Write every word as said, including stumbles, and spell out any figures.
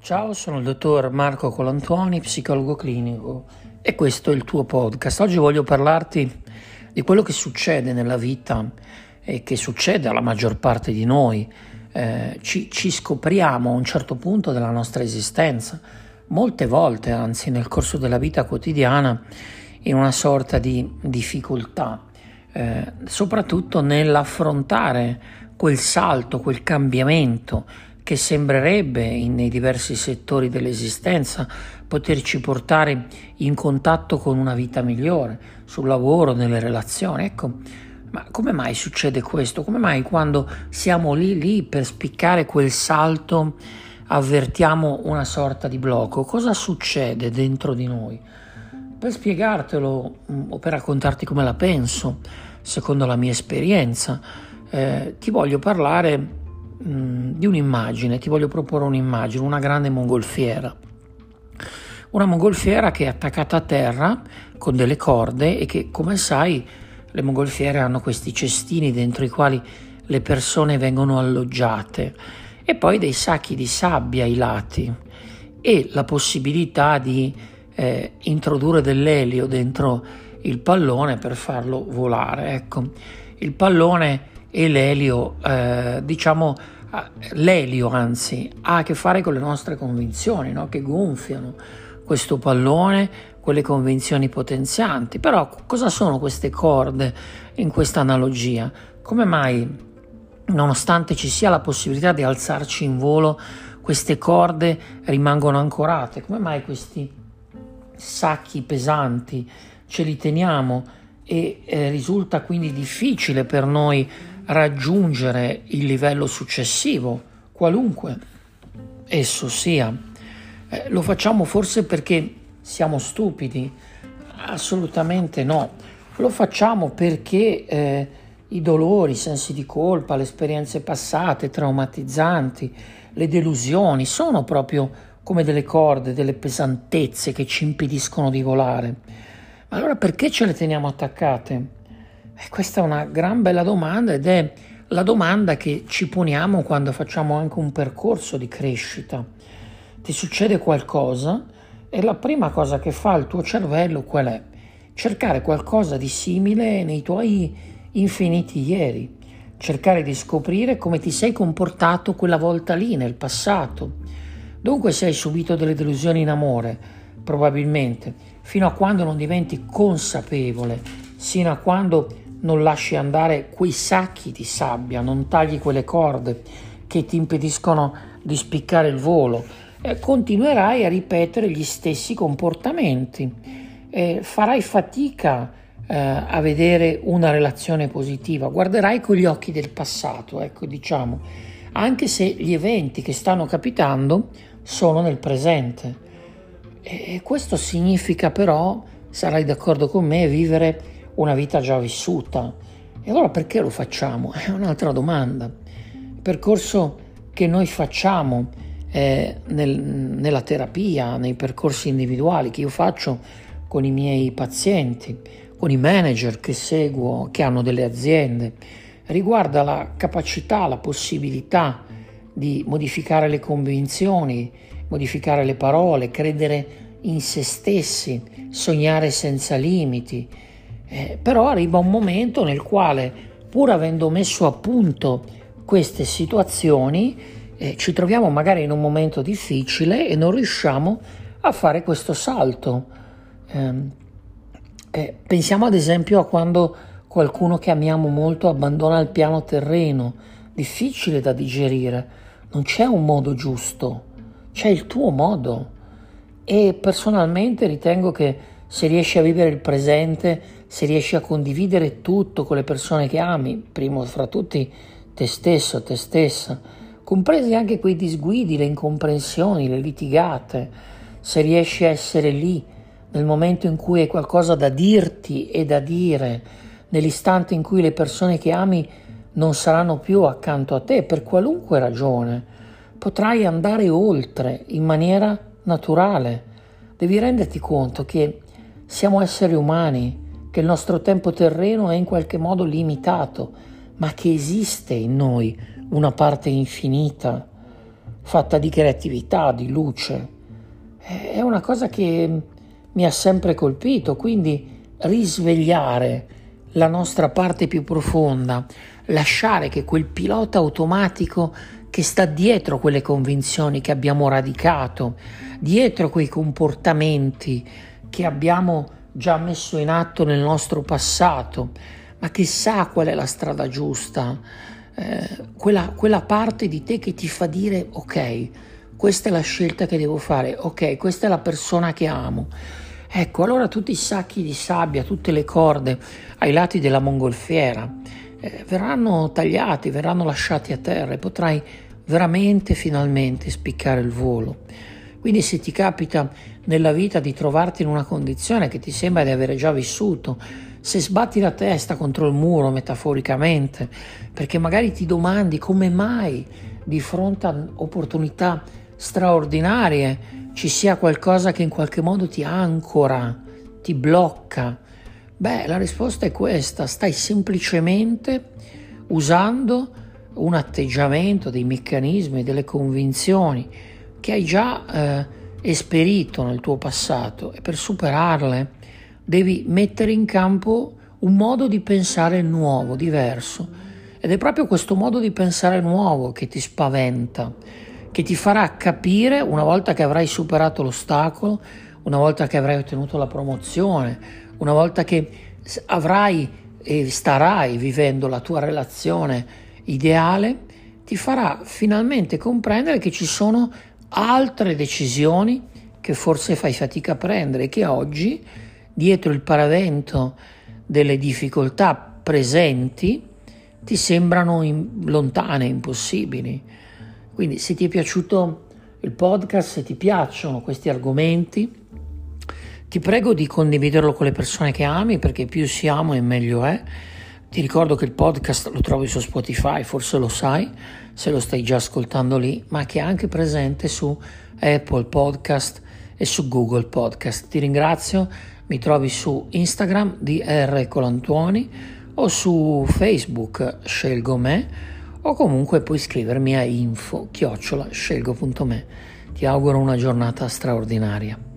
Ciao, sono il dottor Marco Colantuoni, psicologo clinico, e questo è il tuo podcast. Oggi voglio parlarti di quello che succede nella vita e che succede alla maggior parte di noi. Eh, ci, ci scopriamo a un certo punto della nostra esistenza, molte volte, anzi nel corso della vita quotidiana, in una sorta di difficoltà, eh, soprattutto nell'affrontare quel salto, quel cambiamento che sembrerebbe in- nei diversi settori dell'esistenza poterci portare in contatto con una vita migliore, sul lavoro, nelle relazioni. Ecco, ma come mai succede questo? Come mai quando siamo lì lì per spiccare quel salto avvertiamo una sorta di blocco? Cosa succede dentro di noi? Per spiegartelo mh, o per raccontarti come la penso, secondo la mia esperienza, eh, ti voglio parlare di un'immagine, ti voglio proporre un'immagine, una grande mongolfiera. Una mongolfiera che è attaccata a terra con delle corde e che, come sai, le mongolfiere hanno questi cestini dentro i quali le persone vengono alloggiate e poi dei sacchi di sabbia ai lati e la possibilità di eh, introdurre dell'elio dentro il pallone per farlo volare. Ecco, il pallone e l'elio, eh, diciamo, l'elio anzi, ha a che fare con le nostre convinzioni, no? Che gonfiano questo pallone, quelle convinzioni potenzianti. Però cosa sono queste corde in questa analogia? Come mai, nonostante ci sia la possibilità di alzarci in volo, queste corde rimangono ancorate? Come mai questi sacchi pesanti ce li teniamo e eh, risulta quindi difficile per noi raggiungere il livello successivo, qualunque esso sia? Eh, lo facciamo forse perché siamo stupidi? Assolutamente no. Lo facciamo perché eh, i dolori, i sensi di colpa, le esperienze passate, traumatizzanti, le delusioni sono proprio come delle corde, delle pesantezze che ci impediscono di volare. Ma allora perché ce le teniamo attaccate? E questa è una gran bella domanda ed è la domanda che ci poniamo quando facciamo anche un percorso di crescita. Ti succede qualcosa e la prima cosa che fa il tuo cervello qual è? Cercare qualcosa di simile nei tuoi infiniti ieri, cercare di scoprire come ti sei comportato quella volta lì nel passato. Dunque se hai subito delle delusioni in amore, probabilmente, fino a quando non diventi consapevole, sino a quando non lasci andare quei sacchi di sabbia, non tagli quelle corde che ti impediscono di spiccare il volo, eh, continuerai a ripetere gli stessi comportamenti, eh, farai fatica eh, a vedere una relazione positiva, guarderai con gli occhi del passato, ecco, diciamo, anche se gli eventi che stanno capitando sono nel presente. E questo significa però, sarai d'accordo con me, vivere una vita già vissuta. E allora perché lo facciamo? È un'altra domanda. Il percorso che noi facciamo eh, nel, nella terapia, nei percorsi individuali che io faccio con i miei pazienti, con i manager che seguo, che hanno delle aziende, riguarda la capacità, la possibilità di modificare le convinzioni, modificare le parole, credere in se stessi, sognare senza limiti. Eh, però arriva un momento nel quale, pur avendo messo a punto queste situazioni, eh, ci troviamo magari in un momento difficile e non riusciamo a fare questo salto. Eh, eh, pensiamo ad esempio a quando qualcuno che amiamo molto abbandona il piano terreno, difficile da digerire. Non c'è un modo giusto, c'è il tuo modo. E personalmente ritengo che se riesci a vivere il presente, se riesci a condividere tutto con le persone che ami, primo fra tutti te stesso, te stessa, compresi anche quei disguidi, le incomprensioni, le litigate, se riesci a essere lì nel momento in cui hai qualcosa da dirti e da dire, nell'istante in cui le persone che ami non saranno più accanto a te per qualunque ragione, potrai andare oltre in maniera naturale. Devi renderti conto che siamo esseri umani, che il nostro tempo terreno è in qualche modo limitato, ma che esiste in noi una parte infinita fatta di creatività, di luce. È una cosa che mi ha sempre colpito, quindi risvegliare la nostra parte più profonda, lasciare che quel pilota automatico che sta dietro quelle convinzioni che abbiamo radicato, dietro quei comportamenti che abbiamo già messo in atto nel nostro passato, ma che sa qual è la strada giusta, eh, quella, quella parte di te che ti fa dire ok, questa è la scelta che devo fare, ok, questa è la persona che amo. Ecco, allora tutti i sacchi di sabbia, tutte le corde ai lati della mongolfiera eh, verranno tagliati, verranno lasciati a terra e potrai veramente finalmente spiccare il volo. Quindi se ti capita nella vita di trovarti in una condizione che ti sembra di avere già vissuto, se sbatti la testa contro il muro metaforicamente, perché magari ti domandi come mai di fronte a opportunità straordinarie ci sia qualcosa che in qualche modo ti ancora, ti blocca, beh, la risposta è questa: stai semplicemente usando un atteggiamento, dei meccanismi, delle convinzioni che hai già eh, esperito nel tuo passato, e per superarle devi mettere in campo un modo di pensare nuovo, diverso, ed è proprio questo modo di pensare nuovo che ti spaventa, che ti farà capire, una volta che avrai superato l'ostacolo, una volta che avrai ottenuto la promozione, una volta che avrai e starai vivendo la tua relazione ideale, ti farà finalmente comprendere che ci sono altre decisioni che forse fai fatica a prendere, che oggi, dietro il paravento delle difficoltà presenti, ti sembrano in, lontane, impossibili. Quindi se ti è piaciuto il podcast, se ti piacciono questi argomenti, ti prego di condividerlo con le persone che ami, perché più siamo e meglio è. Ti ricordo che il podcast lo trovi su Spotify, forse lo sai se lo stai già ascoltando lì, ma che è anche presente su Apple Podcast e su Google Podcast. Ti ringrazio, mi trovi su Instagram di R Colantuoni o su Facebook Scelgo Me, o comunque puoi scrivermi a info chiocciola scelgo punto me. Ti auguro una giornata straordinaria.